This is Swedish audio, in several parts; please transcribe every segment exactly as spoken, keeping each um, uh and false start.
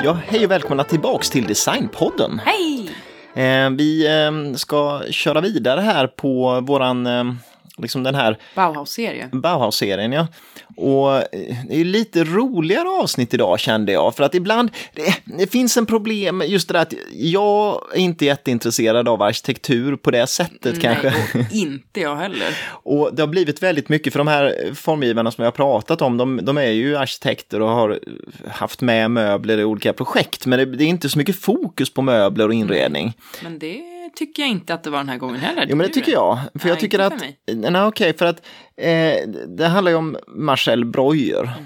Ja, hej och välkomna tillbaks till Designpodden. Hej! Eh, vi eh, ska köra vidare här på våran, eh, liksom den här Bauhaus-serie. Bauhaus-serien, ja. Och det är lite roligare avsnitt idag, kände jag. För att ibland, det, det finns en problem, just det där att jag är inte jätteintresserad av arkitektur på det sättet. Nej, kanske. Och inte jag heller. Och det har blivit väldigt mycket, för de här formgivarna som jag har pratat om, de, de är ju arkitekter och har haft med möbler i olika projekt. Men det, det är inte så mycket fokus på möbler och inredning. Men det tycker jag inte att det var den här gången heller. Jo, men det tycker jag. För nej, jag tycker att, för nej okej, för att eh, det handlar ju om Marcel Breuer. Mm.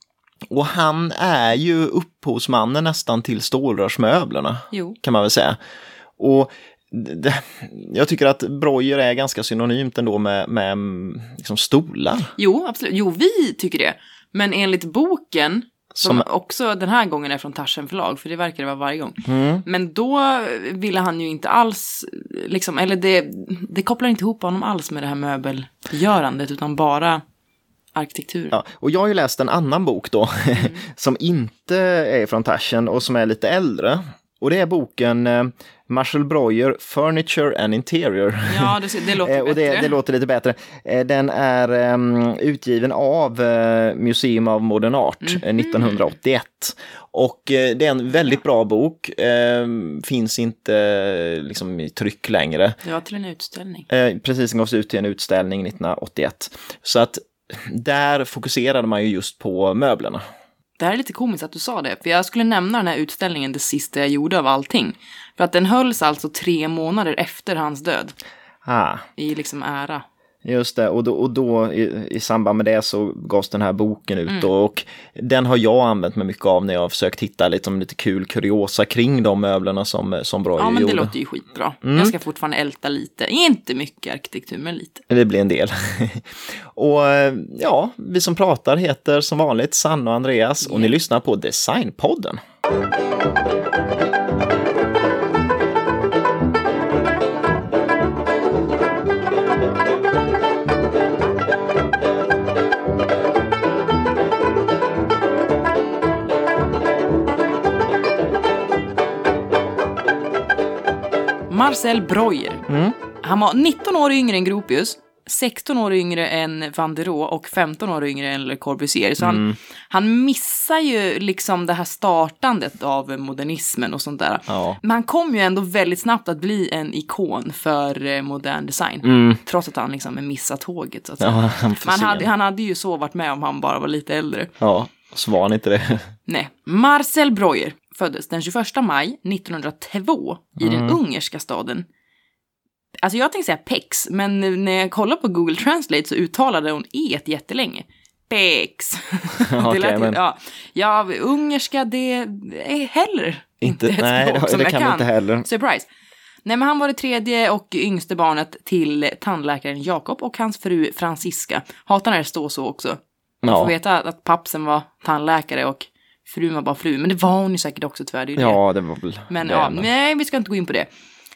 Och han är ju upphovsmannen nästan till stålrörsmöblerna, jo. kan man väl säga. Och det, jag tycker att Breuer är ganska synonymt ändå med, med liksom stolar. Jo, absolut. Jo, vi tycker det. Men enligt boken, som, som också den här gången är från Taschen förlag, för det verkar det vara varje gång. Mm. Men då ville han ju inte alls, liksom, eller det, det kopplar inte ihop honom alls med det här möbelgörandet, utan bara arkitektur. Ja, och jag har ju läst en annan bok då, mm. som inte är från Taschen och som är lite äldre. Och det är boken eh, Marcel Breuer, Furniture and Interior. Ja, det, det låter eh, och det, bättre. det låter lite bättre. Eh, den är eh, utgiven av eh, Museum of Modern Art mm. eh, nittonhundraåttioett. Och eh, det är en väldigt bra bok. Eh, finns inte eh, liksom i tryck längre. Det var till en utställning. Eh, precis, den gavs ut till en utställning nittonhundraåttioett. Så att där fokuserade man ju just på möblerna. Det här är lite komiskt att du sa det, för jag skulle nämna den här utställningen det sista jag gjorde av allting. För att den hölls alltså tre månader efter hans död. Ah. I liksom ära. Just det, och då, och då i, i samband med det så gavs den här boken ut. Mm. Och den har jag använt mig mycket av när jag har försökt hitta lite, lite kul kuriosa kring de möblerna som, som Breuer gjorde. Ja, men det gjorde. Låter ju skitbra. Mm. Jag ska fortfarande älta lite. Inte mycket arkitektur, men lite. Det blir en del. Och ja, vi som pratar heter som vanligt Sanna och Andreas. Yeah. Och ni lyssnar på Designpodden. Marcel Breuer. Mm. Han var nitton år yngre än Gropius, sexton år yngre än Van der Rohe och femton år yngre än Le Corbusier. Så mm. han, han missar ju liksom det här startandet av modernismen och sånt där. Ja. Men han kom ju ändå väldigt snabbt att bli en ikon för modern design. Mm. Trots att han liksom missat tåget. Så att ja, han, han, hade, han hade ju så varit med om han bara var lite äldre. Ja, så var han inte det. Nej. Marcel Breuer föddes den tjugoförsta maj nittonhundratvå i mm. den ungerska staden. Alltså jag tänkte säga Pex, men när jag kollar på Google Translate så uttalade hon e jättelänge. Pex. Okay, det lät, men... ja. ja, ungerska det är heller inte, inte ett nej, språk det, som det jag kan kan. Inte heller. Surprise. Nej, men han var det tredje och yngste barnet till tandläkaren Jakob och hans fru Franziska. Hatar när det står så också. Man ja. får veta att pappsen var tandläkare och frun var bara fru. Men det var hon ju säkert också tyvärr. Det ja, det var väl Men det, ja, men... nej, vi ska inte gå in på det.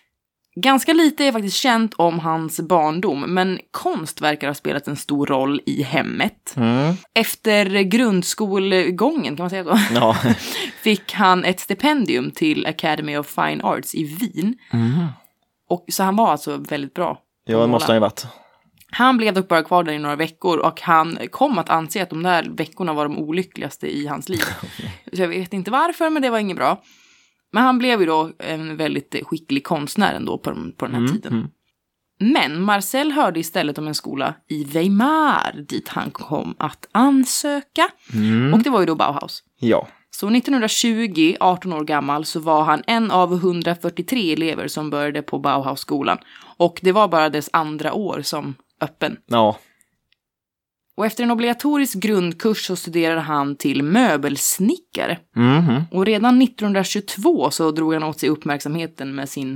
Ganska lite är faktiskt känt om hans barndom, men konst verkar ha spelat en stor roll i hemmet. Mm. Efter grundskolgången, kan man säga så, ja. fick han ett stipendium till Academy of Fine Arts i Wien. Mm. Och, så han var alltså väldigt bra. Ja, det måste han ju varit. Han blev dock bara kvar där i några veckor och han kom att anse att de där veckorna var de olyckligaste i hans liv. Så jag vet inte varför, men det var inget bra. Men han blev ju då en väldigt skicklig konstnär ändå på, på den här mm, tiden. Mm. Men Marcel hörde istället om en skola i Weimar dit han kom att ansöka. Mm. Och det var ju då Bauhaus. Ja. Så nittonhundratjugo, arton år gammal, så var han en av hundrafyrtiotre elever som började på Bauhausskolan. Och det var bara dess andra år som öppen. Ja. Och efter en obligatorisk grundkurs så studerade han till möbelsnickare. Mm-hmm. Och redan nittonhundratjugotvå så drog han åt sig uppmärksamheten med sin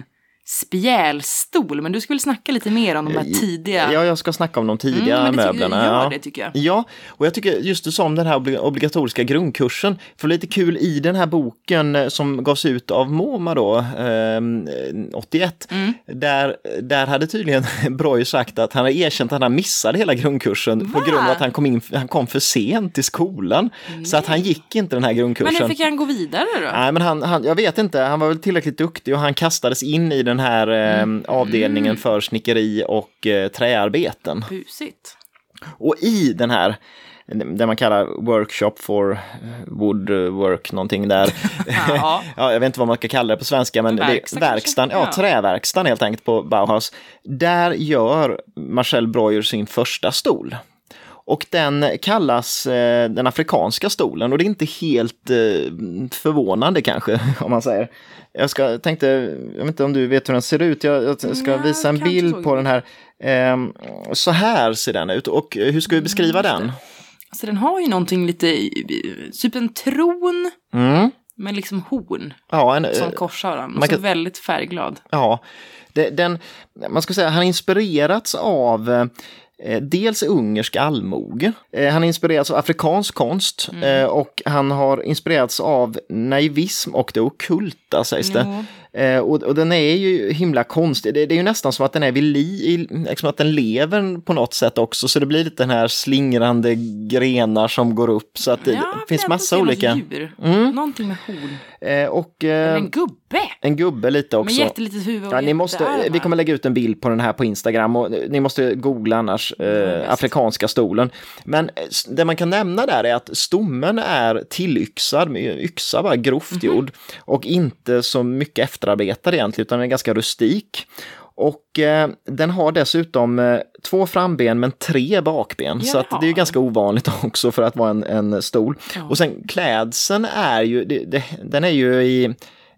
spjälstol. Men du skulle snacka lite mer om de här tidiga... Ja, jag ska snacka om de tidiga mm, men möblerna. Gör ja. det, tycker jag. Ja, och jag tycker just du sa om den här obligatoriska grundkursen. För lite kul i den här boken som gavs ut av MoMA då, eh, åttioett. Mm. Där, där hade tydligen Breuer sagt att han hade erkänt att han missade hela grundkursen. Va? På grund av att han kom, in, han kom för sent till skolan. Nej. Så att han gick inte den här grundkursen. Men hur fick han gå vidare då? Nej, men han, han, jag vet inte. Han var väl tillräckligt duktig och han kastades in i den här eh, mm. avdelningen mm. för snickeri och eh, träarbeten. Busigt. Och i den här, det man kallar workshop for woodwork, någonting där. Ja. Ja, jag vet inte vad man ska kalla det på svenska, men verkstad, det är verkstaden, ja, ja, träverkstaden helt enkelt på Bauhaus. Där gör Marcel Breuer sin första stol. Och den kallas eh, den afrikanska stolen, och det är inte helt eh, förvånande kanske, om man säger. Jag ska, tänkte, jag vet inte om du vet hur den ser ut, jag, jag ska ja, visa en bild på den här. Eh, så här ser den ut, och hur ska vi beskriva mm, den? Alltså den har ju någonting lite, typ en tron, mm. med liksom horn ja, en, som korsar den, och så kan, väldigt färgglad. Ja, det, den, man ska säga, han inspirerats av... Eh, dels ungersk allmoge. Eh, han inspirerats av afrikansk konst mm. eh, och han har inspirerats av naivism och det ockulta, sägs det. Mm. Eh, och, och den är ju himla konstig. Det, det är ju nästan som att den är vid li, liksom att den lever på något sätt också, så det blir lite den här slingrande grenar som går upp, så att det, ja, det finns massa olika. Djur. Mm. Någonting med horn. Eh, och, eh, en gubbe. En gubbe lite också. Med jättelitet huvud och ja, ni måste, vi kommer lägga ut en bild på den här på Instagram, och ni måste googla annars eh, mm, afrikanska stolen. Men det man kan nämna där är att stommen är tillyxad med yxa, bara grovt mm-hmm. gjord, och inte så mycket efterarbetad egentligen, utan den är ganska rustik. Och eh, den har dessutom eh, två framben men tre bakben. Jaha. Så att det är ju ganska ovanligt också för att vara en, en stol. Ja. Och sen klädseln är ju, det, det, den är ju i,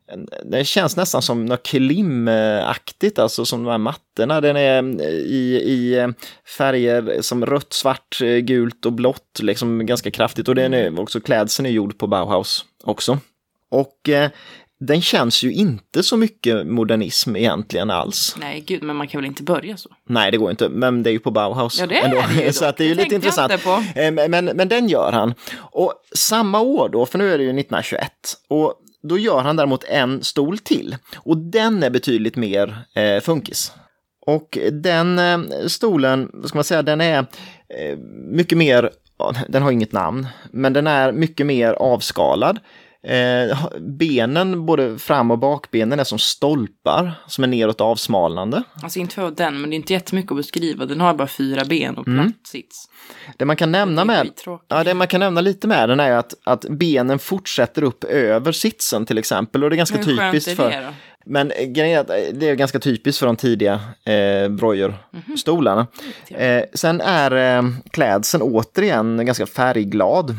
det känns nästan som något klimaktigt, alltså som de här mattorna. Den är i, i färger som rött, svart, gult och blått, liksom ganska kraftigt. Och den är också, klädseln är gjord på Bauhaus också. Och eh, den känns ju inte så mycket modernism egentligen alls. Nej, gud, men man kan väl inte börja så? Nej, det går inte, men det är ju på Bauhaus. Ja, det är det ju. Så att det är ju lite intressant. På. Men, men den gör han. Och samma år då, för nu är det ju nittonhundratjugoett, och då gör han däremot en stol till. Och den är betydligt mer eh, funkis. Och den eh, stolen, vad ska man säga, den är eh, mycket mer, den har inget namn, men den är mycket mer avskalad. Eh, benen, både fram- och bakbenen, är som stolpar som är neråt avsmalnande. Alltså inte för den, men det är inte jättemycket att beskriva. Den har bara fyra ben och platt mm. sits. Det man kan nämna med, ja, det man kan nämna lite med den är att, att benen fortsätter upp över sitsen till exempel, och det är ganska typiskt för det, men grejen är att det är ganska typiskt för de tidiga eh, Breuer-stolarna. Mm-hmm. Eh, sen är eh, klädseln återigen ganska färgglad.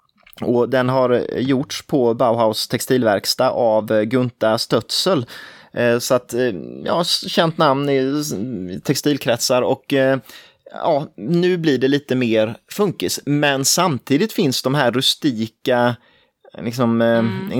Och den har gjorts på Bauhaus textilverkstad av Gunther Stötzel. Så att, ja, känt namn i textilkretsar, och ja, nu blir det lite mer funkis. Men samtidigt finns de här rustika, liksom, mm.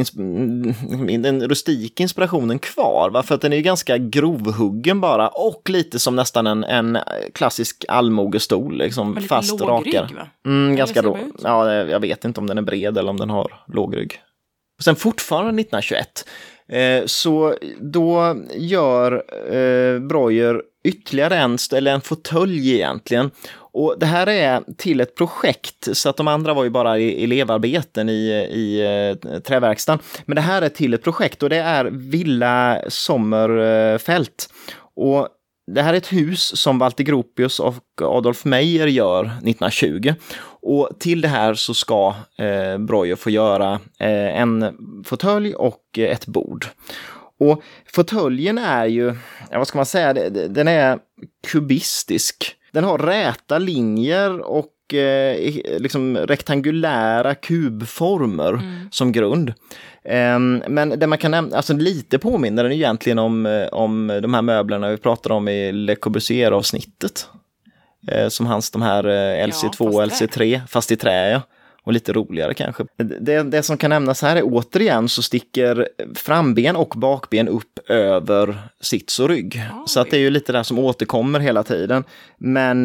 ins- den rustika inspirationen kvar, va? För att den är ganska grovhuggen bara, och lite som nästan en, en klassisk allmogestol, liksom, fast rakar. Mm, ganska rå. Ja, jag vet inte om den är bred eller om den har låg rygg. Och sen fortfarande nittonhundratjugoett, eh, så då gör eh, Breuer ytterligare en, eller en fåtölj egentligen. Och det här är till ett projekt, så att de andra var ju bara elevarbeten i, i eh, träverkstan. Men det här är till ett projekt, och det är Villa Sommerfeld. Och det här är ett hus som Walter Gropius och Adolf Meyer gör nittonhundratjugo. Och till det här så ska eh, Breuer få göra eh, en fåtölj och ett bord. Och fåtöljen är ju, ja, vad ska man säga, den är kubistisk. Den har räta linjer och eh, liksom rektangulära kubformer mm. som grund. Um, men det man kan nämna, alltså lite påminner den egentligen om, om de här möblerna vi pratade om i Le Corbusier-avsnittet. Uh, som hans de här uh, L C två och L C tre, fast i trä. Ja. och lite roligare kanske. Det, det som kan nämnas här är återigen så sticker framben och bakben upp över sits och rygg. Oj. Så att det är ju lite där som återkommer hela tiden. Men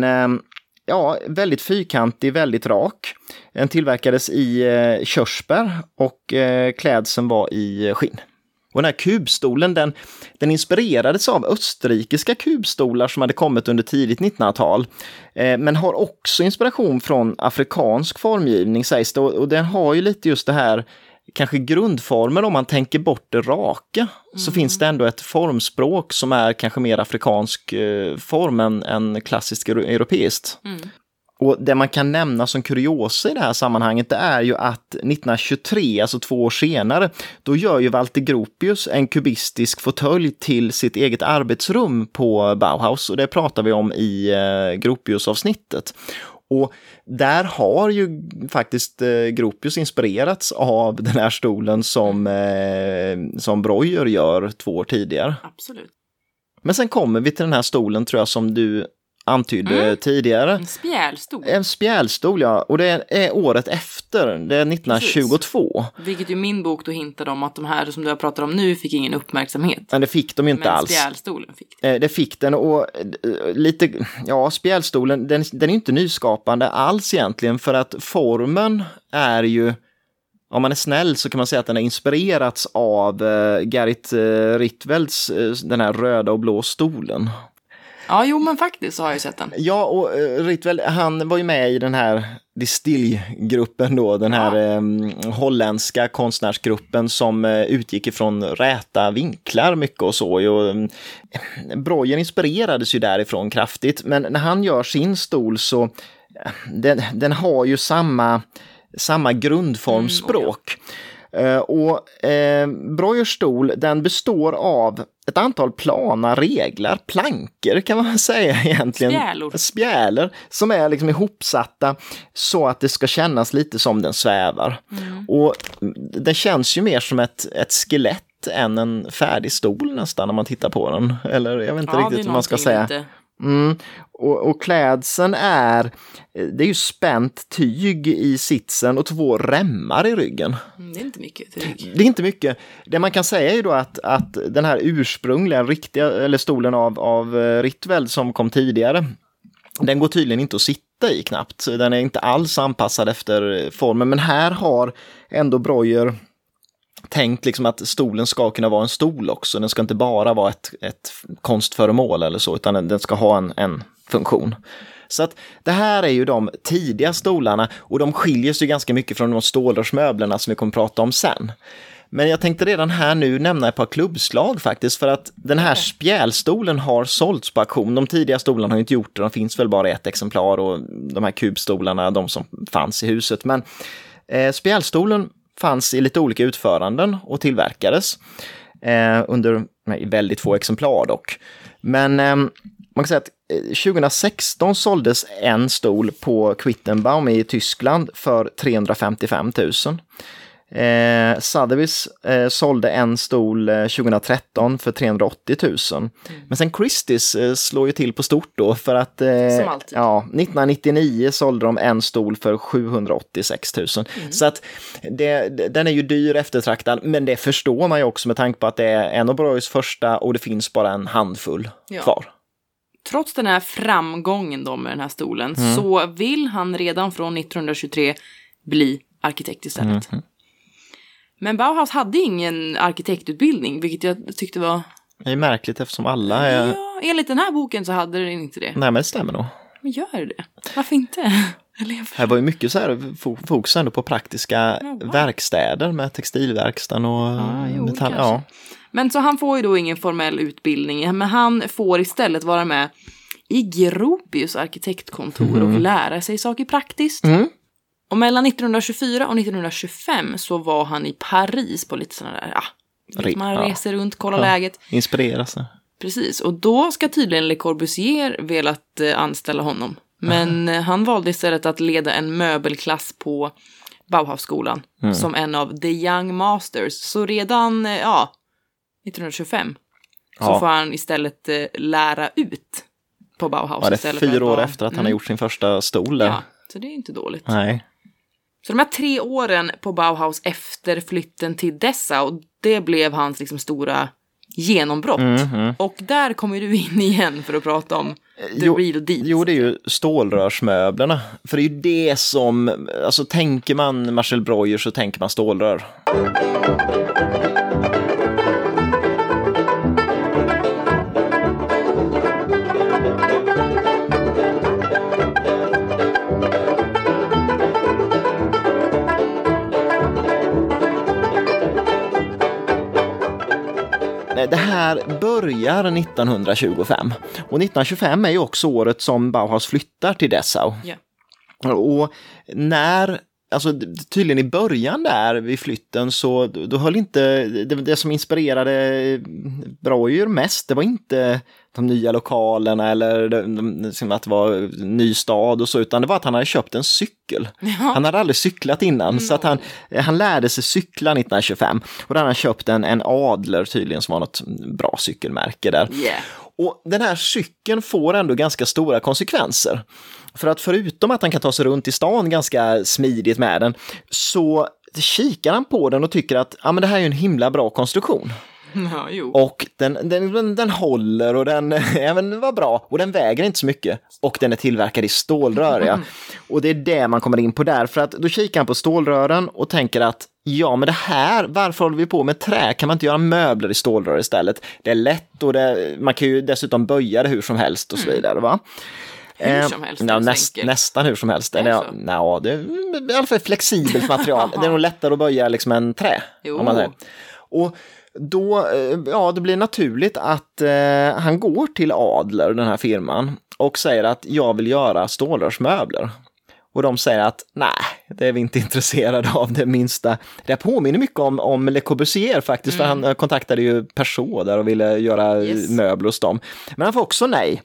ja, väldigt fyrkantig, väldigt rak. Den tillverkades i körsbär och klädseln var i skinn. Och den här kubstolen, den, den inspirerades av österrikiska kubstolar som hade kommit under tidigt nittonhundratal. Eh, men har också inspiration från afrikansk formgivning sägs det. Och, och den har ju lite just det här, kanske grundformen om man tänker bort det raka. Mm. Så finns det ändå ett formspråk som är kanske mer afrikansk eh, form än, än klassiskt europeiskt. Mm. Och det man kan nämna som kuriosa i det här sammanhanget det är ju att nittonhundratjugotre, alltså två år senare, då gör ju Walter Gropius en kubistisk fåtölj till sitt eget arbetsrum på Bauhaus och det pratar vi om i eh, Gropius-avsnittet. Och där har ju faktiskt eh, Gropius inspirerats av den här stolen som, eh, som Breuer gör två år tidigare. Absolut. Men sen kommer vi till den här stolen tror jag som du antydde mm. tidigare. En spjälstol. En spjälstol, ja. Och det är året efter, det är nittonhundratjugotvå. Precis. Vilket ju min bok då hintade om att de här som du har pratat om nu fick ingen uppmärksamhet. Men det fick de ju inte Men alls. spjälstolen fick det. Det fick den och lite, ja, spjälstolen, den, den är inte nyskapande alls egentligen för att formen är ju, om man är snäll så kan man säga att den har inspirerats av uh, Gerrit uh, Rittvelds, uh, den här röda och blå stolen. Ja, jo men faktiskt så har jag ju sett den. Ja, och uh, Rittveld, han var ju med i den här Distilgruppen då, den här ja. um, holländska konstnärsgruppen som uh, utgick ifrån räta vinklar mycket och så. Och, um, Breuer inspirerades ju därifrån kraftigt, men när han gör sin stol så uh, den, den har ju samma, samma grundformspråk. Mm, Uh, och uh, Breuers stol, den består av ett antal plana reglar, plankor kan man säga egentligen. Spjälor. Spjälor som är liksom ihopsatta så att det ska kännas lite som den svävar. Mm. Och den känns ju mer som ett, ett skelett än en färdig stol nästan när man tittar på den. Eller jag vet inte ja, riktigt hur man ska säga. Lite. Mm. Och, och klädseln är, det är ju spänt tyg i sitsen och två remmar i ryggen. Mm, det är inte mycket tyg. Det är inte mycket. Det man kan säga är ju då att, att den här ursprungliga riktiga, eller stolen av, av Rittveld som kom tidigare, den går tydligen inte att sitta i knappt. Den är inte alls anpassad efter formen. Men här har ändå Breuer tänkt liksom att stolen ska kunna vara en stol också. Den ska inte bara vara ett, ett konstföremål eller så, utan den ska ha en, en funktion. Så att det här är ju de tidiga stolarna och de skiljer sig ganska mycket från de stålrörsmöblerna som vi kommer att prata om sen. Men jag tänkte redan här nu nämna ett par klubbslag faktiskt, för att den här spjälstolen har sålts på auktion. De tidiga stolarna har inte gjort det, de finns väl bara ett exemplar och de här kubstolarna, de som fanns i huset. Men eh, spjälstolen fanns i lite olika utföranden och tillverkades eh, under nej, väldigt få exemplar dock. Men eh, man kan säga att tjugohundrasexton såldes en stol på Quittenbaum i Tyskland för trehundrafemtiofem tusen. Eh, Sotheby's eh, sålde en stol eh, tjugohundratretton för trehundraåttio tusen. Mm. Men sen Christie's eh, slår ju till på stort då för att eh, ja, nittonhundranittionio sålde de en stol för sjuhundraåttiosex tusen. Mm. Så att det, den är ju dyr eftertraktad, men det förstår man ju också med tanke på att det är en av Breuers första och det finns bara en handfull ja. kvar. Trots den här framgången då med den här stolen mm. så vill han redan från nittonhundratjugotre bli arkitekt istället. Mm. Men Bauhaus hade ingen arkitektutbildning, vilket jag tyckte var... Det är märkligt eftersom alla är... Ja, enligt den här boken så hade den inte det. Nej, men det stämmer nog. Men gör det? Varför inte? Här var ju mycket så här fokus ändå på praktiska ja, wow. verkstäder med textilverkstan och ja, jo, metall. Ja. Men så han får ju då ingen formell utbildning, men han får istället vara med i Gropius arkitektkontor mm. och lära sig saker praktiskt. Mm. Och mellan nittonhundratjugofyra och nittonhundratjugofem så var han i Paris på lite sådana där, ja, Re- man reser ja. runt, kollar ja. läget. Inspirera sig. Precis, och då ska tydligen Le Corbusier velat eh, anställa honom. Men mm. han valde istället att leda en möbelklass på Bauhausskolan mm. som en av The Young Masters. Så redan, eh, ja, nittonhundratjugofem ja. så får han istället eh, lära ut på Bauhaus. Ja, det är fyra år efter att han har gjort sin första stol där. Ja, så det är inte dåligt. Nej. Så de här tre åren på Bauhaus efter flytten till Dessau, det blev hans liksom stora genombrott. Mm-hmm. Och där kommer du in igen för att prata om the jo, real deal. Jo, det är ju stålrörsmöblerna. För det är ju det som, alltså tänker man Marcel Breuer så tänker man stålrör. Det här börjar nittonhundratjugofem och nittonhundratjugofem är ju också året som Bauhaus flyttar till Dessau. Yeah. Och när, alltså tydligen i början där vid flytten så då höll inte, det, det som inspirerade Breuer mest, det var inte de nya lokalerna eller det, att det var ny stad och så, utan det var att han hade köpt en cykel. Ja. Han hade aldrig cyklat innan, mm. så att han, han lärde sig cykla nittonhundratjugofem och då hade han köpt en, en Adler tydligen som var något bra cykelmärke där. Yeah. Och den här cykeln får ändå ganska stora konsekvenser. För att förutom att han kan ta sig runt i stan ganska smidigt med den så kikar han på den och tycker att ja, men det här är en himla bra konstruktion. Ja, jo. Och den, den, den, den håller och den, ja, men den var bra och den väger inte så mycket och den är tillverkad i stålrör. Ja. Och det är det man kommer in på där, för att då kikar han på stålrören och tänker att ja, men det här, varför håller vi på med trä? Kan man inte göra möbler i stålrör istället? Det är lätt och det, man kan ju dessutom böja det hur som helst och så vidare, va? Hur som helst? Eh, ja, näst, nästan hur som helst. Eller, ja, ja, det är i alla fall flexibelt material. Det är nog lättare att böja liksom en trä. Jo. Om man säger. Och då, ja, det blir naturligt att eh, han går till Adler, den här firman, och säger att jag vill göra stålrörsmöbler. Och de säger att nej, det är vi inte intresserade av det minsta. Det påminner mycket om, om Le Corbusier faktiskt, mm. för han kontaktade ju Peugeot där och ville göra yes. möbler hos dem. Men han får också nej.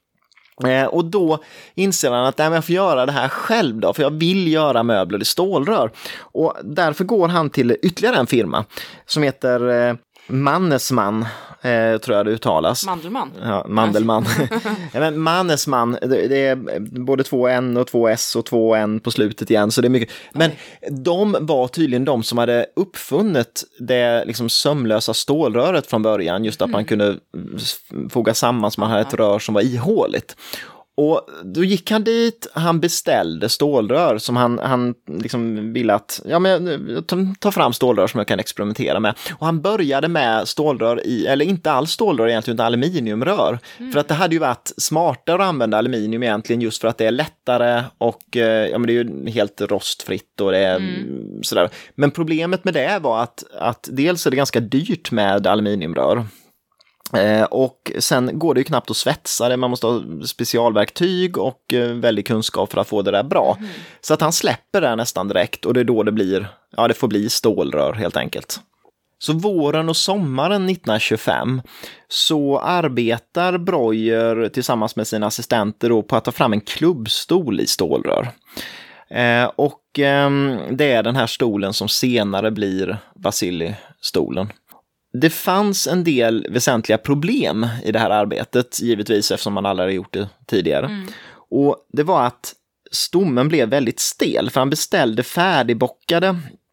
Eh, och då inser han att nej, men jag får göra det här själv då, för jag vill göra möbler i stålrör. Och därför går han till ytterligare en firma som heter eh, Mannesman, eh, tror jag det uttalas. Mandelmann. Ja, Mandelmann. ja, men Mannesman, det, det är både två N och två S och två N på slutet igen, så det är mycket. Men okay. de var tydligen de som hade uppfunnit det liksom sömlösa stålröret från början, just att mm. man kunde foga samman så man hade ett rör som var ihåligt. Och då gick han dit, han beställde stålrör som han, han liksom ville att, ja men ta, ta fram stålrör som jag kan experimentera med. Och han började med stålrör i, eller inte alls stålrör egentligen, utan aluminiumrör. Mm. För att det hade ju varit smartare att använda aluminium egentligen just för att det är lättare och ja men det är ju helt rostfritt och det är mm. sådär. Men problemet med det var att, att dels är det ganska dyrt med aluminiumrör. Eh, och sen går det ju knappt att svetsa det, man måste ha specialverktyg och eh, väldigt kunskap för att få det där bra. Mm. Så att han släpper det nästan direkt och det är då det blir, ja det får bli stålrör helt enkelt. Så våren och sommaren nittonhundratjugofem så arbetar Breuer tillsammans med sina assistenter då på att ta fram en klubbstol i stålrör. Eh, och eh, det är den här stolen som senare blir Vasili-stolen. Det fanns en del väsentliga problem i det här arbetet, givetvis eftersom man aldrig gjort det tidigare. Mm. Och det var att stommen blev väldigt stel, för han beställde färdigbockade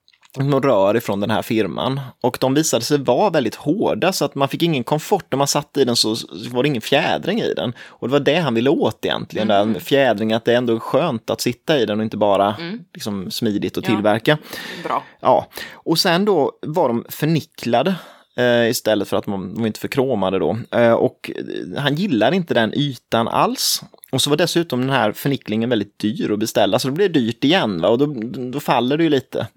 rör ifrån den här firman. Och de visade sig vara väldigt hårda, så att man fick ingen komfort när man satt i den, så var det ingen fjädring i den. Och det var det han ville åt egentligen, mm. den fjädring, att det är ändå skönt att sitta i den och inte bara mm. liksom, smidigt att tillverka. Ja. Bra. Ja. Och sen då var de förnicklade Uh, istället för att man, de inte förkromade då. Uh, och han gillar inte den ytan alls. Och så var dessutom den här förnicklingen väldigt dyr att beställa, så det blir dyrt igen, va? Och då, då faller det ju lite.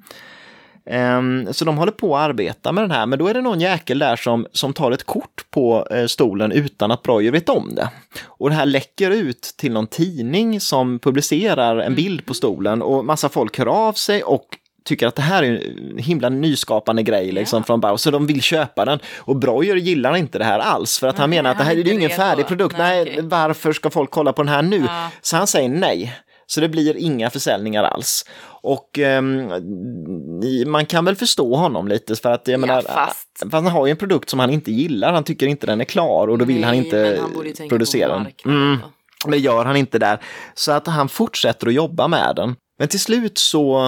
Um, så de håller på att arbeta med den här, men då är det någon jäkel där som, som tar ett kort på uh, stolen utan att Breuer vet om det. Och det här läcker ut till någon tidning som publicerar en bild på stolen, och massa folk hör av sig och tycker att det här är en himla nyskapande grej liksom, yeah. från Bauhaus, så de vill köpa den. Och Breuer gillar inte det här alls, för att han nej, menar att det här är ju ingen färdig produkt. Nej, nej okay. Varför ska folk kolla på den här nu? Ja. Så han säger nej. Så det blir inga försäljningar alls. Och um, man kan väl förstå honom lite, för att jag ja, menar, fast. fast han har ju en produkt som han inte gillar. Han tycker inte den är klar och då vill nej, han inte han producera den. Mm. Men gör han inte där. Så att han fortsätter att jobba med den. Men till slut så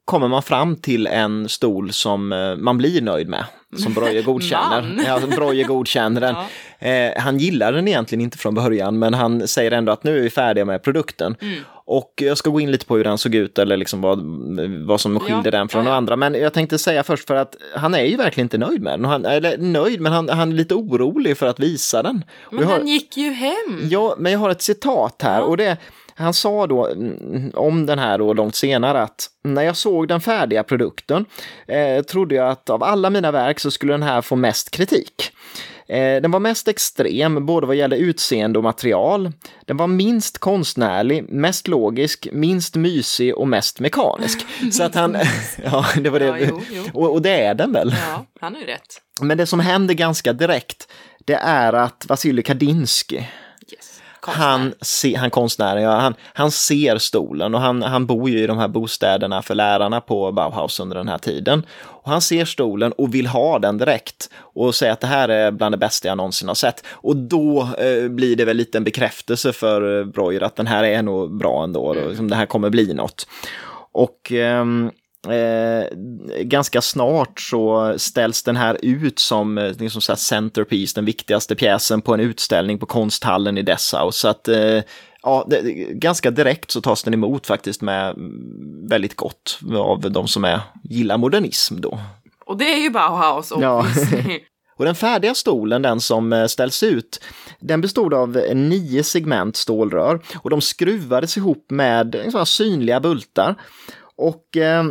kommer man fram till en stol som eh, man blir nöjd med. Som Breuer godkänner. Ja, Breuer godkänner den. Ja. Eh, han gillar den egentligen inte från början, men han säger ändå att nu är vi färdiga med produkten. Mm. Och jag ska gå in lite på hur den såg ut eller liksom vad, vad som skilde ja. den från ja. de andra. Men jag tänkte säga först för att han är ju verkligen inte nöjd med den. Han, eller nöjd, men han, han är lite orolig för att visa den. Men har, han gick ju hem. Ja, men jag har ett citat här ja. och det han sa då om den här då långt senare att när jag såg den färdiga produkten eh, trodde jag att av alla mina verk så skulle den här få mest kritik. Eh, den var mest extrem både vad gäller utseende och material. Den var minst konstnärlig, mest logisk, minst mysig och mest mekanisk. Så att han, ja det var det. Ja, jo, jo. Och, och det är den väl? Ja, han är ju rätt. Men det som händer ganska direkt det är att Wassily Kandinsky Han, se, han konstnären, ja, han, han ser stolen och han, han bor ju i de här bostäderna för lärarna på Bauhaus under den här tiden. Och han ser stolen och vill ha den direkt och säger att det här är bland det bästa jag någonsin har sett. Och då eh, blir det väl lite en bekräftelse för Breuer att den här är nog bra ändå, mm. och liksom, det här kommer bli något. Och ehm, Eh, ganska snart så ställs den här ut som liksom så här centerpiece, den viktigaste pjäsen på en utställning på konsthallen i Dessau. Så att eh, ja, det, ganska direkt så tas den emot faktiskt med väldigt gott av de som är, gillar modernism då. Och det är ju Bauhaus. Ja. Och den färdiga stolen, den som ställs ut, den bestod av nio segment stålrör och de skruvades ihop med sådana synliga bultar. Och eh,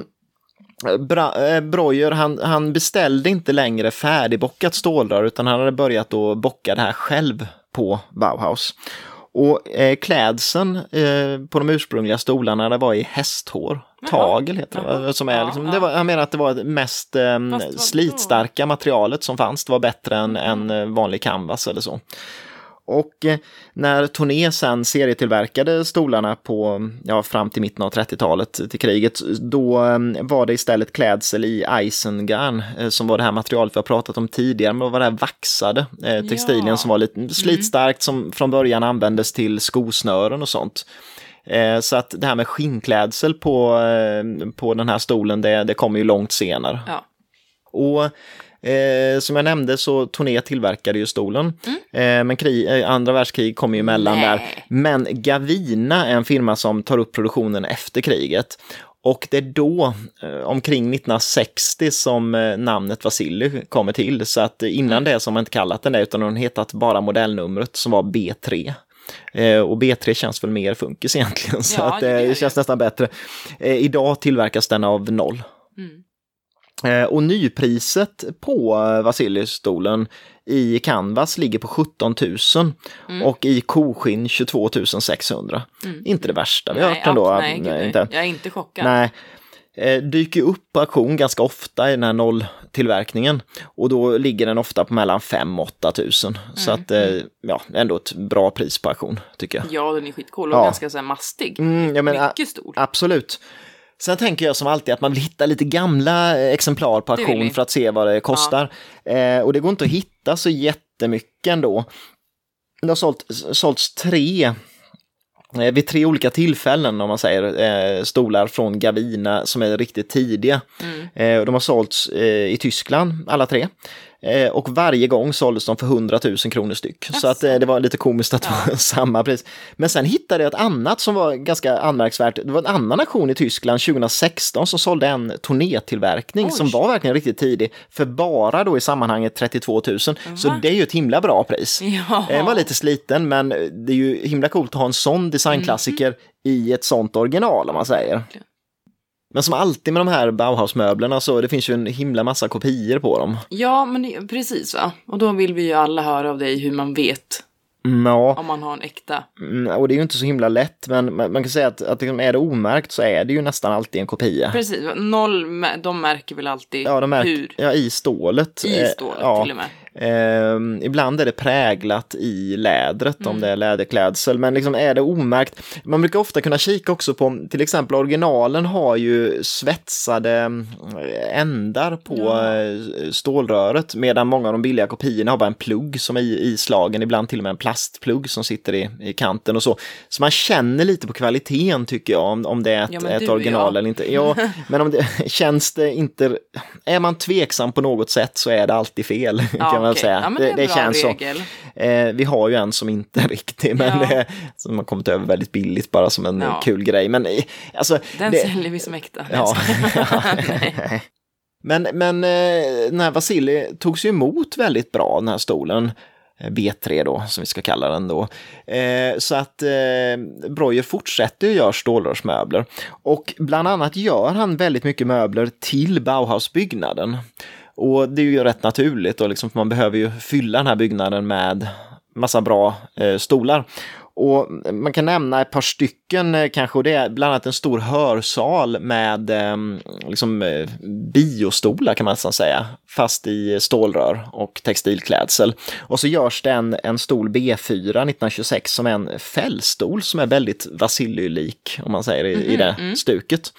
Bra, Breuer han, han beställde inte längre färdigbockat stålrör utan han hade börjat att bocka det här själv på Bauhaus. Och eh, klädseln eh, på de ursprungliga stolarna det var i hästhår. Tagel heter det. Jaha. Som är liksom, det var, jag menar att det var det mest eh, slitstarka materialet som fanns. Det var bättre än, mm. än vanlig canvas eller så. Och eh, när Tourné sen serietillverkade stolarna på, ja, fram till mitten av trettiotalet till kriget, då eh, var det istället klädsel i eisengarn eh, som var det här materialet vi har pratat om tidigare, men det var det här vaxade eh, textilien ja. som var lite slitstarkt mm. som från början användes till skosnören och sånt. Eh, så att det här med skinnklädsel på, eh, på den här stolen, det, det kommer ju långt senare. Ja. Och Eh, som jag nämnde så Tourné tillverkade ju stolen. Mm. Eh, men krig, eh, andra världskrig kom ju emellan Nej. där. Men Gavina är en firma som tar upp produktionen efter kriget. Och det är då, eh, omkring nittonhundrasextio, som eh, namnet Wassily kommer till. Så att eh, innan mm. det som man inte kallat den där, utan den hetat bara modellnumret som var B tre. Eh, och B tre känns väl mer funkis egentligen. Så ja, att, eh, det, det känns nästan bättre. Eh, idag tillverkas den av Noll. Mm. Och nypriset på Wassily-stolen i canvas ligger på sjutton tusen mm. och i koskinn tjugotvå tusen sexhundra. Mm. Inte det värsta vi har hört ändå. Nej, nej, inte. Jag är inte chockad. Nej. Dyker upp på auktion ganska ofta i den här nolltillverkningen och då ligger den ofta på mellan fem och åtta tusen. Mm. Så att, ja, ändå ett bra pris på auktion tycker jag. Ja, den är skitcool och ja. ganska så här mastig. Mm, jag menar, mycket stor. Absolut. Sen tänker jag som alltid att man vill hitta lite gamla exemplar på auktion för att se vad det kostar. Ja. Eh, och det går inte att hitta så jättemycket ändå. Det har sålt, sålts tre, eh, vid tre olika tillfällen om man säger, eh, stolar från Gavina som är riktigt tidiga. Mm. Eh, och de har sålts eh, i Tyskland, alla tre. Eh, och varje gång såldes de för hundratusen kronor styck. Yes. Så att eh, det var lite komiskt att det ja. var samma pris. Men sen hittade jag ett annat som var ganska anmärkningsvärt. Det var en annan auktion i Tyskland tjugohundrasexton som sålde en Tourné-tillverkning Oj. som var verkligen riktigt tidig. För bara då i sammanhanget trettiotvå tusen. Va? Så det är ju ett himla bra pris. Ja. Den var lite sliten, men det är ju himla coolt att ha en sån designklassiker mm. i ett sånt original om man säger. Men som alltid med de här Bauhaus-möblerna så det finns ju en himla massa kopior på dem. Ja, men precis va? Och då vill vi ju alla höra av dig hur man vet ja. om man har en äkta. Och det är ju inte så himla lätt, men man kan säga att, att är det omärkt så är det ju nästan alltid en kopia. Precis, noll, de märker väl alltid ja, de märker, hur? Ja, i stålet. I stålet ja. till och med. Eh, ibland är det präglat i lädret mm. om det är läderklädsel, men liksom är det omärkt. Man brukar ofta kunna kika också på, till exempel originalen har ju svetsade ändar på ja. stålröret, medan många av de billiga kopiorna har bara en plugg som är islagen, ibland till och med en plastplugg som sitter i, i kanten och så. Så man känner lite på kvaliteten tycker jag, om, om det är ett, ja, ett original eller inte. Ja, men om det känns det inte, är man tveksam på något sätt så är det alltid fel, ja, kan man okay. säga. Ja, det, det, det känns regel. så. Eh, vi har ju en som inte är riktig, men ja. det, som har kommit över väldigt billigt bara som en ja. kul grej. Men alltså, den det, säljer vi som äkta. Ja. men men eh, den här Vasily togs ju emot väldigt bra, den här stolen. B tre då, som vi ska kalla den då. Eh, så att eh, Breuer fortsätter att göra stålrörsmöbler. Och bland annat gör han väldigt mycket möbler till Bauhausbyggnaden. Och det är ju rätt naturligt, och liksom, man behöver ju fylla den här byggnaden med massa bra eh, stolar. Och man kan nämna ett par stycken eh, kanske, och det är bland annat en stor hörsal med eh, liksom, eh, biostolar kan man nästan säga, fast i stålrör och textilklädsel. Och så görs det en, en stol B fyra nittonhundratjugosex som är en fällstol som är väldigt Vasily-lik, om man säger i, mm-hmm, i det mm. stuket.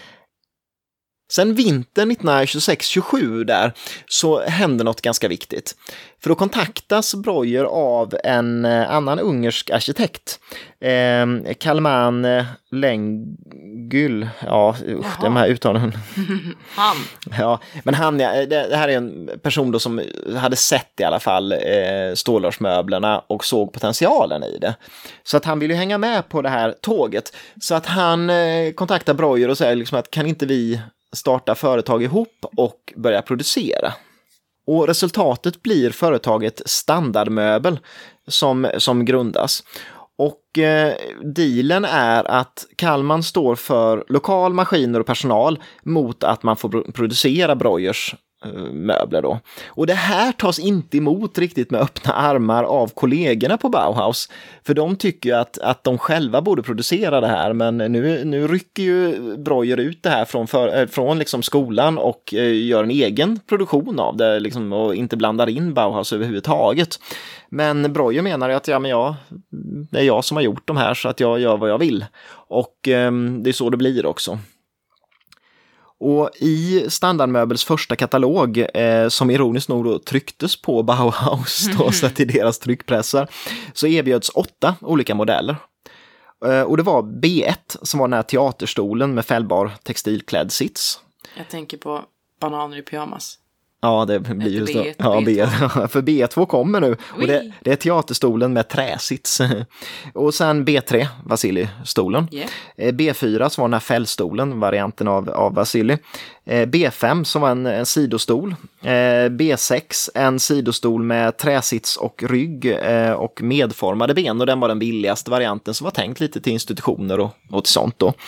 Sen vintern nittonhundratjugosex tjugosju där så händer något ganska viktigt. För då kontaktas Breuer av en annan ungersk arkitekt. Eh, Kalman Lengül. Ja, usch, de här uttalen. Han. Ja, men han, det, det här är en person då som hade sett i alla fall eh, stålrörsmöblerna och såg potentialen i det. Så att han ville hänga med på det här tåget. Så att han eh, kontaktar Breuer och säger liksom att kan inte vi starta företag ihop och börja producera. Och resultatet blir företaget Standardmöbel som, som grundas. Och eh, dealen är att Kalman står för lokal, maskiner och personal mot att man får producera Breuers möbler då. Och det här tas inte emot riktigt med öppna armar av kollegorna på Bauhaus. För de tycker ju att, att de själva borde producera det här, men nu, nu rycker ju Breuer ut det här från, för, från liksom skolan och eh, gör en egen produktion av det liksom, och inte blandar in Bauhaus överhuvudtaget. Men Breuer menar att ja, men jag, det är jag som har gjort de här så att jag gör vad jag vill. Och eh, det är så det blir också. Och i Standardmöbels första katalog, eh, som ironiskt nog då trycktes på Bauhaus, då, så till deras tryckpressar, så erbjöds åtta olika modeller. Eh, och det var B ett som var den här teaterstolen med fällbar textilklädd sits. Jag tänker på bananer i pyjamas. Ja, det blir ju så. Ja, B, för B två kommer nu. Och det, det är teaterstolen med träsits. Och sen B tre, Vasily-stolen. Yeah. B fyra som var den här fällstolen, varianten av, av Vasily. B fem som var en, en sidostol. B sex, en sidostol med träsits och rygg och medformade ben. Och den var den billigaste varianten som var tänkt lite till institutioner och, och till sånt då.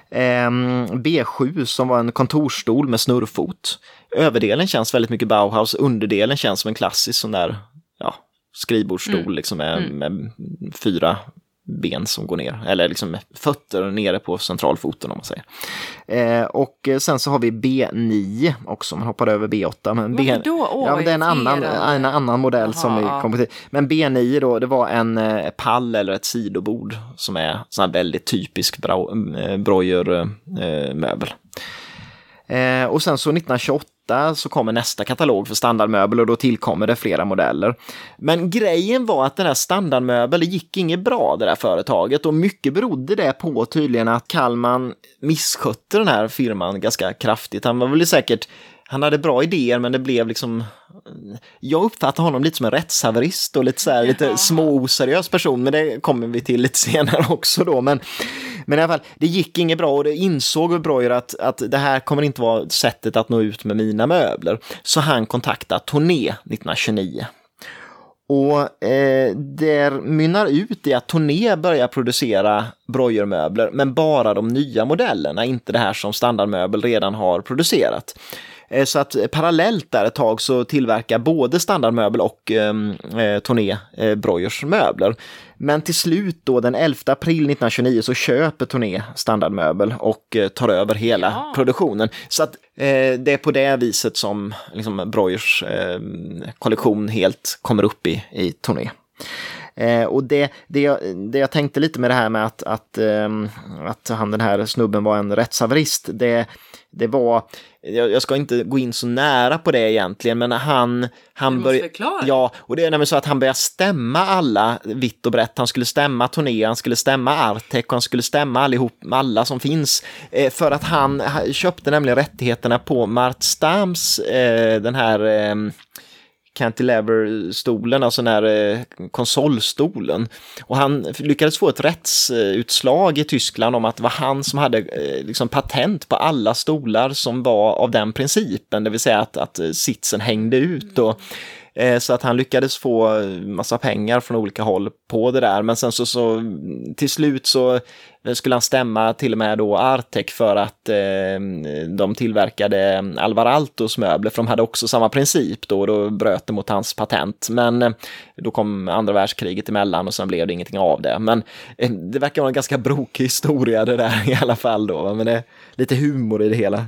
B sju som var en kontorstol med snurrfot. Överdelen känns väldigt mycket Bauhaus, underdelen känns som en klassisk sån där ja, skrivbordsstol mm. liksom med, mm. med fyra ben som går ner, eller liksom fötter nere på centralfoten om man säger. Eh, och sen så har vi B nio också, man hoppar över B åtta. Men B, då? Åh, ja, det är en annan, en annan modell Aha. som vi kommer till. Men B nio då, det var en eh, pall eller ett sidobord som är sån här väldigt typisk Breuer-möbel. Eh, och sen så nittonhundratjugoåtta så kommer nästa katalog för standardmöbel och då tillkommer det flera modeller. Men grejen var att den här standardmöbel gick inget bra det där företaget och mycket berodde det på tydligen att Kalman misskötte den här firman ganska kraftigt. Han var väl säkert, han hade bra idéer men det blev liksom, jag uppfattar honom lite som en rättshaverist och lite så här, lite småoseriös person, men det kommer vi till lite senare också då. Men, men i alla fall, det gick inget bra och det insåg Breuer att, att det här kommer inte vara sättet att nå ut med mina möbler. Så han kontaktade Tourné nittonhundratjugonio. Och eh, det mynnar ut i att Tourné börjar producera Breuer-möbler, men bara de nya modellerna, inte det här som standardmöbel redan har producerat. Eh, så att parallellt där ett tag så tillverkar både standardmöbel och eh, Tourné eh, Breuers möbler. Men till slut då den elfte april nittonhundratjugonio så köper Tourné standardmöbel och eh, tar över hela Ja. produktionen. Så att eh, det är på det viset som liksom, Breuers eh, kollektion helt kommer upp i, i Tourné. Eh, och det, det, jag, det jag tänkte lite med det här med att, att, eh, att han den här snubben var en rättshaverist, det, det var, jag, jag ska inte gå in så nära på det egentligen, men han, han började, ja, och det är nämligen så att han började stämma alla vitt och brett. Han skulle stämma Tourné, han skulle stämma Artec och han skulle stämma allihop, alla som finns, eh, för att han köpte nämligen rättigheterna på Mart Stams, eh, den här eh, cantilever-stolen, alltså den här eh, konsolstolen. Och han lyckades få ett rättsutslag i Tyskland om att det var han som hade eh, liksom patent på alla stolar som var av den principen, det vill säga att, att sitsen hängde ut. Och, eh, så att han lyckades få massa pengar från olika håll på det där. Men sen så, så till slut så skulle han stämma till och med då Artec för att eh, de tillverkade Alvar Aaltos möbler, för de hade också samma princip då, och då bröt det mot hans patent. Men eh, då kom andra världskriget emellan och sen blev det ingenting av det. Men eh, det verkar vara en ganska brokig historia det där i alla fall då, va? Men det är lite humor i det hela.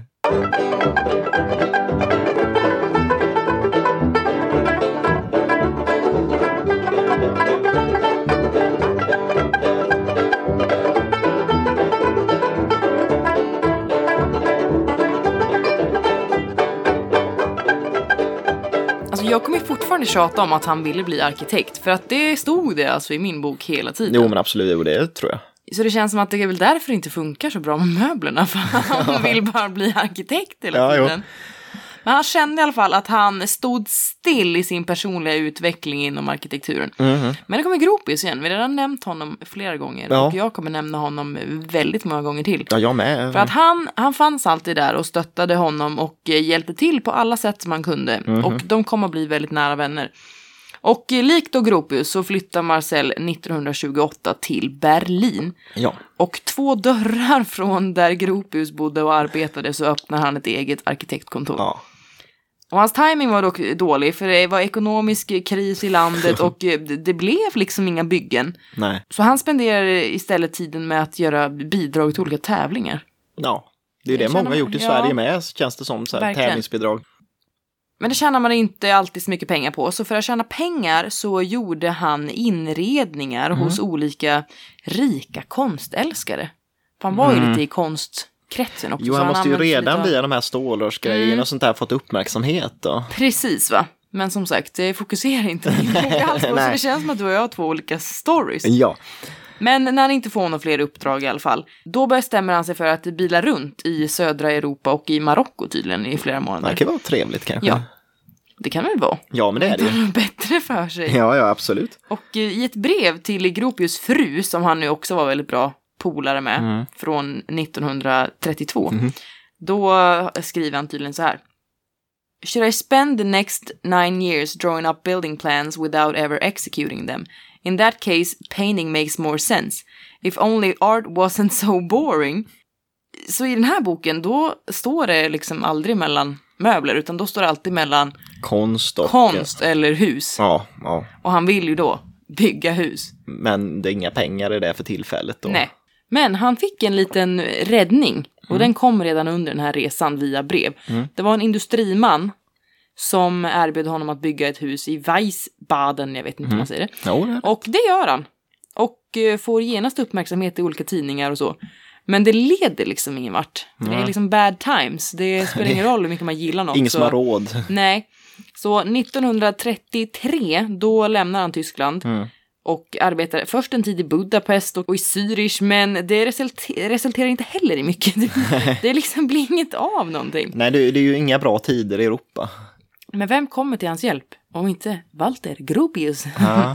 Jag kommer fortfarande tjata om att han ville bli arkitekt, för att det stod det alltså i min bok hela tiden. Jo, men absolut, det tror jag. Så det känns som att det är väl därför det inte funkar så bra med möblerna, för han vill bara bli arkitekt hela ja, tiden. Jo. Men han kände i alla fall att han stod still i sin personliga utveckling inom arkitekturen. Mm-hmm. Men det kommer Gropius igen. Vi har redan nämnt honom flera gånger. Ja. Och jag kommer nämna honom väldigt många gånger till. Ja, jag med. För att han, han fanns alltid där och stöttade honom och hjälpte till på alla sätt som han kunde. Mm-hmm. Och de kommer att bli väldigt nära vänner. Och likt då Gropius så flyttar Marcel nittonhundratjugoåtta till Berlin. Ja. Och två dörrar från där Gropius bodde och arbetade så öppnar han ett eget arkitektkontor. Ja. Och hans timing var dock dålig, för det var ekonomisk kris i landet och det blev liksom inga byggen. Nej. Så han spenderade istället tiden med att göra bidrag till olika tävlingar. Ja, det är det, det många har gjort i Sverige ja. med, känns det som, så här, tävlingsbidrag. Men det tjänar man inte alltid så mycket pengar på. Så för att tjäna pengar så gjorde han inredningar mm. hos olika rika konstälskare. För han var ju mm. lite i konstkretsen också. Jo, han, han måste ju redan via de här stålrörsgrejerna mm. och sånt där fått uppmärksamhet då. Precis, va? Men som sagt, det fokuserar inte min bok alls på. Så det känns som att du och jag har två olika stories. Ja. Men när han inte får några fler uppdrag i alla fall, då bestämmer han sig för att bila runt i södra Europa och i Marocko tydligen i flera månader. Det kan vara trevligt kanske. Ja, det kan väl vara. Ja, men det är det. Det bättre för sig. Ja, ja, absolut. Och i ett brev till Gropius fru, som han nu också var väldigt bra polare med, mm. från nittonhundratrettiotvå, mm. då skriver han tydligen så här. Should I spend the next nine years drawing up building plans without ever executing them? In that case, painting makes more sense. If only art wasn't so boring. Så i den här boken, då står det liksom aldrig mellan möbler, utan då står det alltid mellan konst, och, konst eller hus. Ja, ja. Och han vill ju då bygga hus. Men det är inga pengar i det för tillfället då. Nej. Men han fick en liten räddning. Och mm. den kom redan under den här resan via brev. Mm. Det var en industriman som erbjöd honom att bygga ett hus i Wiesbaden, jag vet inte mm. hur man säger det. Jo, det. Och det gör han. Och får genast uppmärksamhet i olika tidningar och så. Men det leder liksom ingen vart. Mm. Det är liksom bad times. Det spelar ingen roll hur mycket man gillar något. Ingen som har råd. Nej. Så nittonhundratrettiotre, då lämnar han Tyskland. Mm. Och arbetar först en tid i Budapest och i Zürich, men det resulter- resulterar inte heller i mycket. Det, det liksom blir inget av någonting. Nej, det, det är ju inga bra tider i Europa. Men vem kommer till hans hjälp? Om inte Walter Gropius. Ja.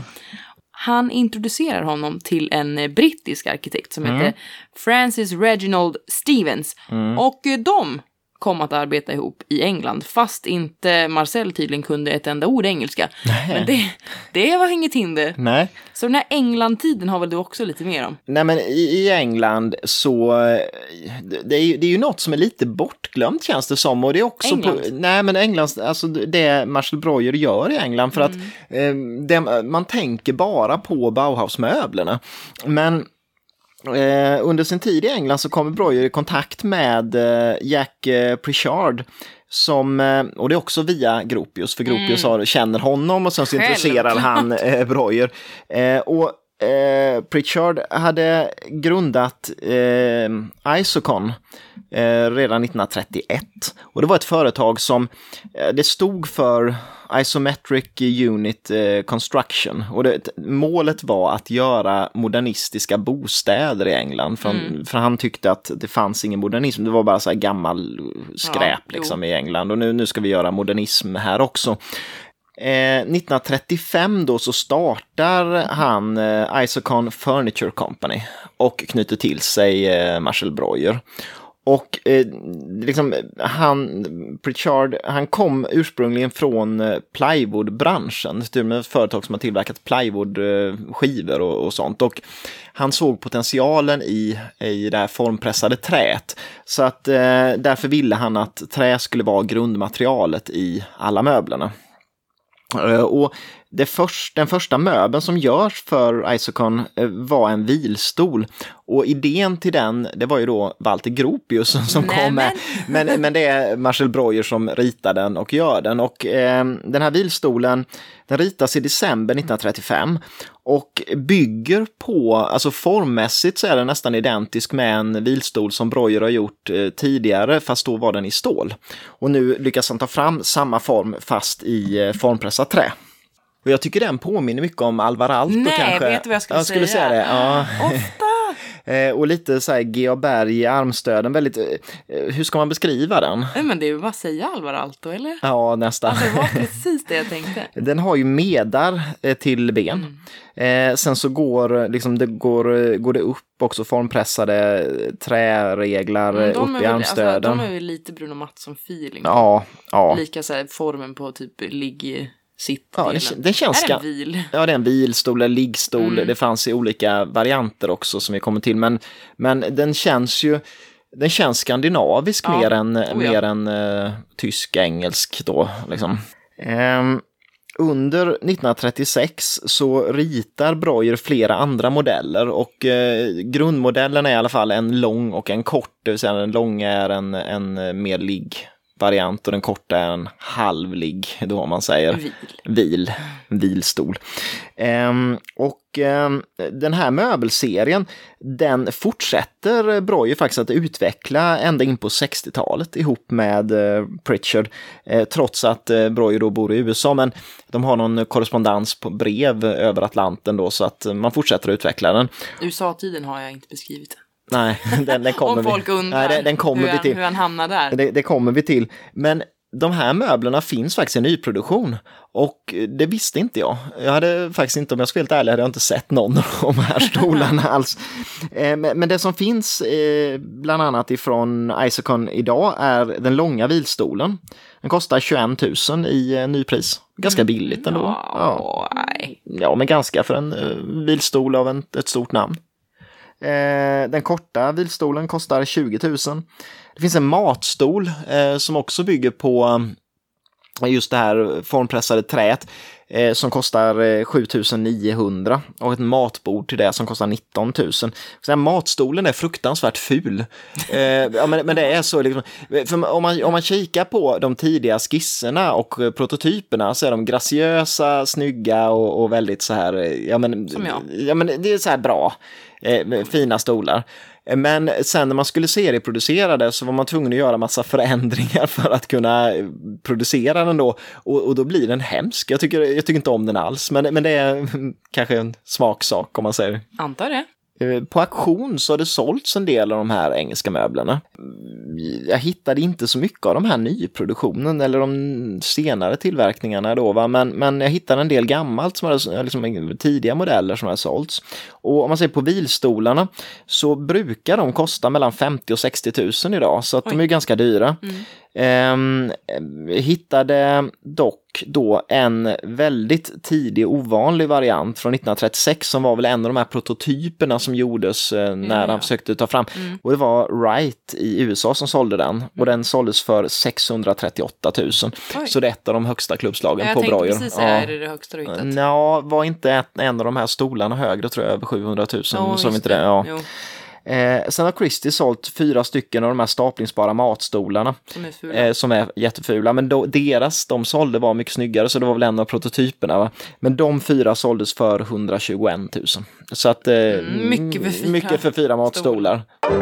Han introducerar honom till en brittisk arkitekt som mm. heter Francis Reginald Stevens. Mm. Och de kom att arbeta ihop i England. Fast inte Marcel tydligen kunde ett enda ord engelska. Nej. Men det, det var inget hinder. Nej. Så den här England-tiden har väl du också lite mer om? Nej, men i, i England så det är, ju, det är ju något som är lite bortglömt känns det som. Och det är också England? På, nej, men England, alltså det Marcel Breuer gör i England för mm. att eh, det, man tänker bara på Bauhaus-möblerna. Men Eh, under sin tid i England så kommer Breuer i kontakt med eh, Jack eh, Pritchard som, eh, och det är också via Gropius, för Gropius mm. har, känner honom och sen så intresserar han eh, Breuer. Eh, och eh, Pritchard hade grundat eh, Isocon eh, redan nittonhundratrettioett och det var ett företag som eh, det stod för Isometric Unit eh, Construction och det, målet var att göra modernistiska bostäder i England för, mm. för han tyckte att det fanns ingen modernism, det var bara så här gammal skräp ja, liksom, i England och nu, nu ska vi göra modernism här också. Eh, nittonhundratrettiofem då så startar han eh, Isocon Furniture Company och knyter till sig eh, Marcel Breuer. Och eh, liksom, han, Pritchard, han kom ursprungligen från eh, plywoodbranschen, det är ett företag som har tillverkat plywoodskivor eh, och, och sånt. Och han såg potentialen i, i det här formpressade träet. Så att eh, därför ville han att trä skulle vara grundmaterialet i alla möblerna. Och det först, den första möbeln som görs för Isocon var en vilstol. Och idén till den, det var ju då Walter Gropius som Nej, kom med. Men... men, men det är Marcel Breuer som ritar den och gör den. Och eh, den här vilstolen, den ritas i december nittonhundratrettiofem. Och bygger på, alltså formmässigt så är den nästan identisk med en vilstol som Breuer har gjort eh, tidigare, fast då var den i stål. Och nu lyckas han ta fram samma form fast i eh, formpressat trä. Och jag tycker den påminner mycket om Alvar Aalto. Nej, kanske. vet du vad jag skulle, jag skulle säga? säga det, ja. Ofta! Och lite så här G A Berg i armstöden, väldigt, hur ska man beskriva den? Nej, men det är ju bara att säga Alvar Aalto, eller? Ja, nästan. Alltså, det var precis det jag tänkte. Den har ju medar till ben. Mm. Eh, sen så går, liksom, det går, går det upp också formpressade träreglar mm, upp i armstöden. Alltså, de är ju lite Bruno Mattsson-feeling. Ja, ja. Lika så här, formen på typ ligg... Sitt ja, det, det känns är det en bil? Ja, det är en bilstol eller liggstol. Mm. Det fanns i olika varianter också som vi kommer till. Men, men den känns ju den känns skandinavisk ja. mer än, oh, ja. mer än uh, tysk-engelsk då. Liksom. Um, under nittonhundratrettiosex så ritar Breuer flera andra modeller och uh, grundmodellen är i alla fall en lång och en kort. Det vill säga den långa är en, en mer ligg variant och den korta är en halvlig, då om man säger Vil. Vil, vilstol. Um, och um, den här möbelserien, den fortsätter Breuer faktiskt att utveckla ända in på sextiotalet ihop med uh, Pritchard, uh, trots att uh, Breuer då bor i U S A, men de har någon korrespondens på brev över Atlanten då, så att uh, man fortsätter att utveckla den. U S A-tiden har jag inte beskrivit. Nej, den, den kommer Om folk undrar nej, den, den kommer hur, vi till. hur han hamnar där. Det, det kommer vi till. Men de här möblerna finns faktiskt i nyproduktion. Och det visste inte jag. Jag hade faktiskt inte, om jag ska vara helt ärlig, hade jag inte sett någon av de här stolarna alls. Men, men det som finns bland annat ifrån Isocon idag är den långa vilstolen. Den kostar tjugoett tusen i nypris. Ganska billigt ändå. Ja, ja. ja men ganska för en vilstol av en, ett stort namn. Den korta vilstolen kostar tjugo tusen. Det finns en matstol eh, som också bygger på just det här formpressade träet eh, som kostar eh, sju tusen niohundra och ett matbord till det som kostar nitton tusen. Så här, matstolen är fruktansvärt ful. Eh, ja, men, men det är så liksom, för om man, om man kikar på de tidiga skisserna och prototyperna så är de graciösa, snygga och, och väldigt så här, ja men, som jag. Ja, men det är så här bra. Eh, fina stolar. Men sen när man skulle serieproducera så var man tvungen att göra massa förändringar för att kunna producera den då. Och, och då blir den hemsk. Jag tycker, jag tycker inte om den alls. Men, men det är kanske en smaksak om man säger. Antar det. På auktion så har det sålts en del av de här engelska möblerna. jag hittade inte så mycket av de här nyproduktionen eller de senare tillverkningarna då, va? Men, men jag hittade en del gammalt som hade, liksom, tidiga modeller som hade sålts. Och om man ser på bilstolarna så brukar de kosta mellan femtio och sextio tusen idag, så att de är ganska dyra. Mm. Um, hittade dock då en väldigt tidig ovanlig variant från nittonhundratrettiosex som var väl en av de här prototyperna som gjordes uh, när mm, han ja. försökte ta fram. Mm. Och det var Wright i U S A som sålde den. Mm. Och den såldes för sexhundratrettioåtta tusen. Oj. Så det är ett av de högsta klubbslagen jag på Breuer. Jag tänkte precis säga, ja. Är det det högsta du hittat? Ja, var inte ett, en av de här stolarna högre, tror jag, över sjuhundratusen. Oh, som inte det. Det. Ja. Eh, sen har Christie sålt fyra stycken av de här staplingsbara matstolarna som är, fula. Eh, som är jättefula, men då, deras de sålde var mycket snyggare, så det var väl en av prototyperna, va? Men de fyra såldes för hundratjugoett tusen, så att eh, mm, mycket, för fyra mycket för fyra matstolar.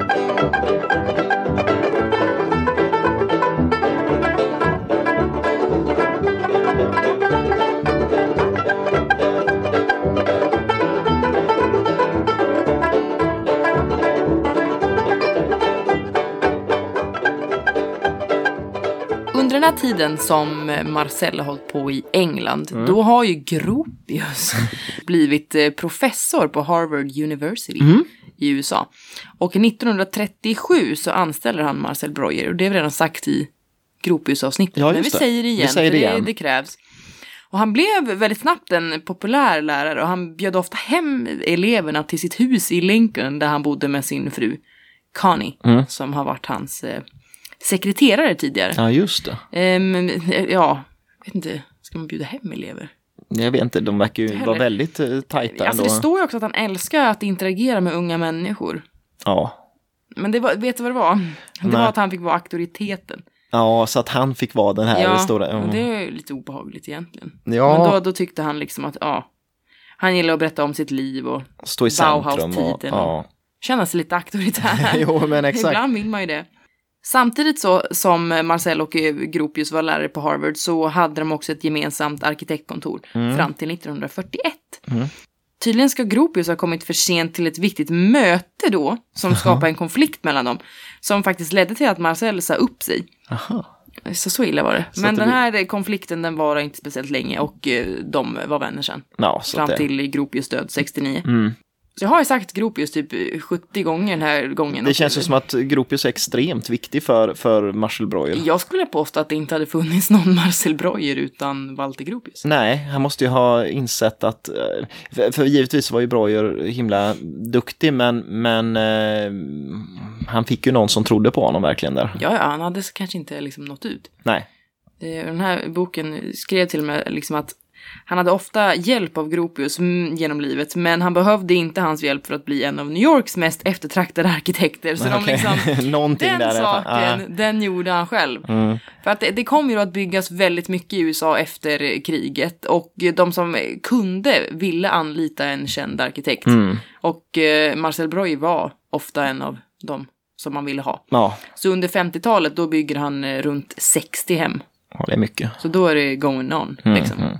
Under den här tiden som Marcel har hållit på i England, mm. då har ju Gropius blivit professor på Harvard University mm. i U S A. Och nittonhundratrettiosju så anställer han Marcel Breuer, och det har vi redan sagt i Gropius-avsnittet. Ja, men vi det. säger det igen, vi säger det, för igen. Det, det krävs. Och han blev väldigt snabbt en populär lärare, och han bjöd ofta hem eleverna till sitt hus i Lincoln där han bodde med sin fru Connie, mm. som har varit hans eh, sekreterare tidigare. Ja, just det. Um, ja, jag vet inte, ska man bjuda hem elever? Jag vet inte, de verkar ju vara väldigt uh, tajta alltså, ändå. Det står ju också att han älskar att interagera med unga människor. Ja. Men det var, vet du vad det var? Det Nej. var att han fick vara auktoriteten. Ja, så att han fick vara den här ja, stora... Ja, det är lite obehagligt egentligen. Ja. Men då, då tyckte han liksom att, ja, han gillar att berätta om sitt liv och stå i centrum och, ja. och känna sig lite auktoritär. Jo, men exakt. Ibland vill man ju det. Samtidigt så som Marcel och Gropius var lärare på Harvard så hade de också ett gemensamt arkitektkontor mm. fram till nittonhundrafyrtioett. Mm. Tydligen ska Gropius ha kommit för sent till ett viktigt möte då som skapade en konflikt mellan dem som faktiskt ledde till att Marcel sa upp sig. Aha. Så så illa var det. Så Men den här vi... konflikten den var inte speciellt länge och de var vänner sen. Ja, så fram det... till Gropius död sextionio. Mm. Så jag har ju sagt Gropius typ sjuttio gånger den här gången. Det känns ju som att Gropius är extremt viktig för, för Marcel Breuer. Jag skulle påstå att det inte hade funnits någon Marcel Breuer utan Walter Gropius. Nej, han måste ju ha insett att... För, för givetvis var ju Breuer himla duktig, men, men eh, han fick ju någon som trodde på honom verkligen där. Ja, ja han hade kanske inte liksom nått ut. Nej. Den här boken skrev till och med liksom att han hade ofta hjälp av Gropius genom livet, men han behövde inte hans hjälp för att bli en av New Yorks mest eftertraktade arkitekter. Så okay. de liksom, Någonting den där saken, ah. den gjorde han själv. Mm. För att det, det kom ju att byggas väldigt mycket i U S A efter kriget, och de som kunde ville anlita en känd arkitekt. Mm. Och eh, Marcel Breuer var ofta en av dem som man ville ha. Ja. Så under femtiotalet då bygger han eh, runt sextio hem. Ja, det är mycket. Så då är det going on. Mm, liksom. mm.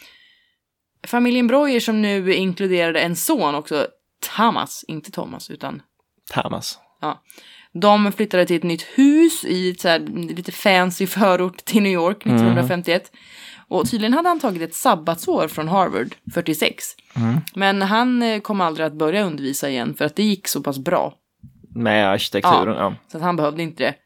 Familjen Breuer som nu inkluderade en son också, Thomas, inte Thomas utan Thomas. Ja. De flyttade till ett nytt hus i ett så här, lite fancy förort till New York nittonhundrafemtioett. Mm. Och tydligen hade han tagit ett sabbatsår från Harvard fyrtiosex. Mm. Men han kom aldrig att börja undervisa igen för att det gick så pass bra. Med arkitekturen, ja. ja. Så att han behövde inte det.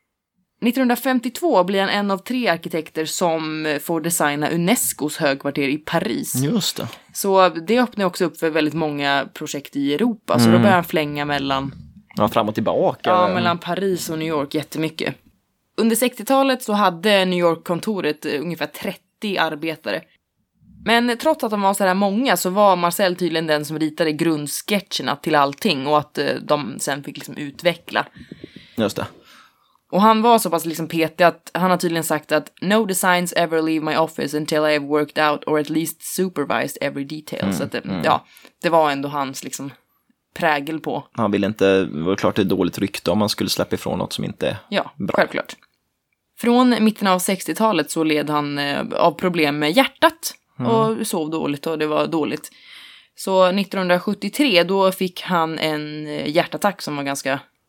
nittonhundrafemtiotvå blir han en av tre arkitekter som får designa Unescos högkvarter i Paris. Just det. Så det öppnar också upp för väldigt många projekt i Europa. Mm. Så då börjar han flänga mellan... Ja, fram och tillbaka. Ja, mellan Paris och New York jättemycket. Under sextiotalet så hade New York-kontoret ungefär trettio arbetare. Men trots att de var så här många så var Marcel tydligen den som ritade grundsketcherna till allting. Och att de sen fick liksom utveckla. Just det. Och han var så pass liksom petig att han har tydligen sagt att no designs ever leave my office until I have worked out or at least supervised every detail. Mm, så att det, mm. ja, det var ändå hans liksom prägel på. Han ville inte, det var klart det är dåligt rykte om man skulle släppa ifrån något som inte är ja, bra. Självklart. Från mitten av sextiotalet så led han eh, av problem med hjärtat mm. och sov dåligt och det var dåligt. Så nittonhundrasjuttiotre då fick han en hjärtattack som var ganska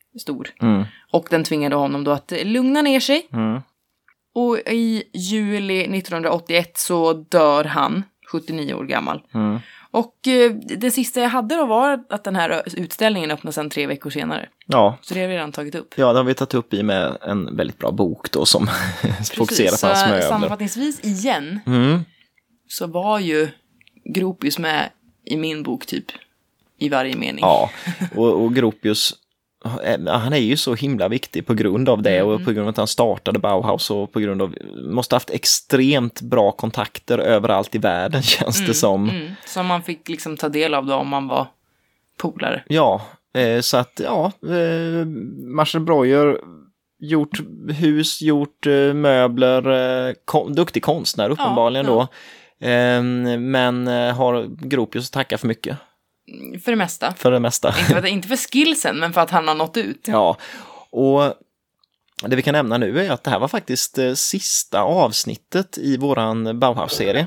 stor. Mm. Och den tvingade honom då att lugna ner sig. Mm. Och i juli nittonhundraåttioett så dör han, sjuttionio år gammal. Mm. Och eh, det sista jag hade då var att den här utställningen öppnade sedan tre veckor senare. Ja. Så det har vi redan tagit upp. Ja, det har vi tagit upp i med en väldigt bra bok då som fokuserar på hans möbler. Sammanfattningsvis igen Mm. så var ju Gropius med i min bok typ i varje mening. Ja, och, och Gropius, han är ju så himla viktig på grund av det och på grund av att han startade Bauhaus och på grund av, måste ha haft extremt bra kontakter överallt i världen känns mm, det som. Mm. Som man fick liksom ta del av då om man var polare. Ja, eh, så att ja, eh, Marcel Breuer gjort hus, gjort eh, möbler, eh, kon- duktig konstnär uppenbarligen ja, ja. då. Eh, men eh, har Gropius att tacka för mycket. För det mesta. För det mesta. Inte för, inte för skillsen, men för att han har nått ut. Ja, och det vi kan nämna nu är att det här var faktiskt eh, sista avsnittet i våran Bauhaus-serie.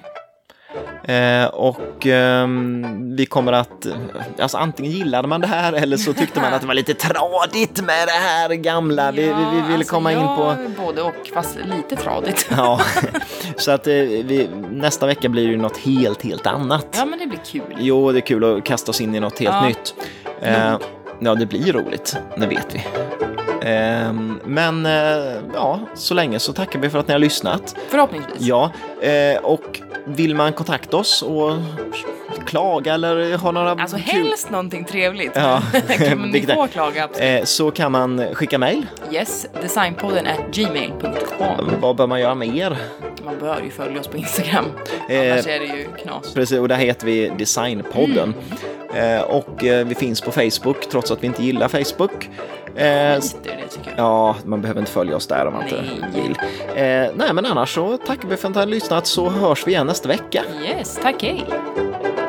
Eh, och eh, vi kommer att, alltså antingen gillade man det här eller så tyckte man att det var lite tradigt med det här gamla. Vi, ja, vi, vi ville alltså komma in på... både och, fast lite tradigt. Ja, så att eh, vi, nästa vecka blir det ju något helt, helt annat. Ja, men det blir kul. Jo, det är kul att kasta oss in i något helt ja. nytt. Eh, ja, det blir roligt, det vet vi. Eh, men eh, ja, så länge så tackar vi för att ni har lyssnat. Förhoppningsvis. Ja, eh, och vill man kontakta oss och klaga eller ha några... Alltså kul... helst någonting trevligt. Ja. Men ni får klaga, absolut. Eh, så kan man skicka mejl. Yes, designpodden at gmail punkt com. Vad bör man göra mer? Man bör ju följa oss på Instagram. Eh, Annars är det ju knas. Precis, och där heter vi Designpodden. Mm. Eh, och eh, vi finns på Facebook trots att vi inte gillar Facebook. Eh, Skiter det tycker jag. Ja, man behöver inte följa oss där om man nej. inte vill. Eh, nej, men annars så tackar vi för att ni har lyssnat så hörs vi igen nästa vecka. Yes, tack, hej.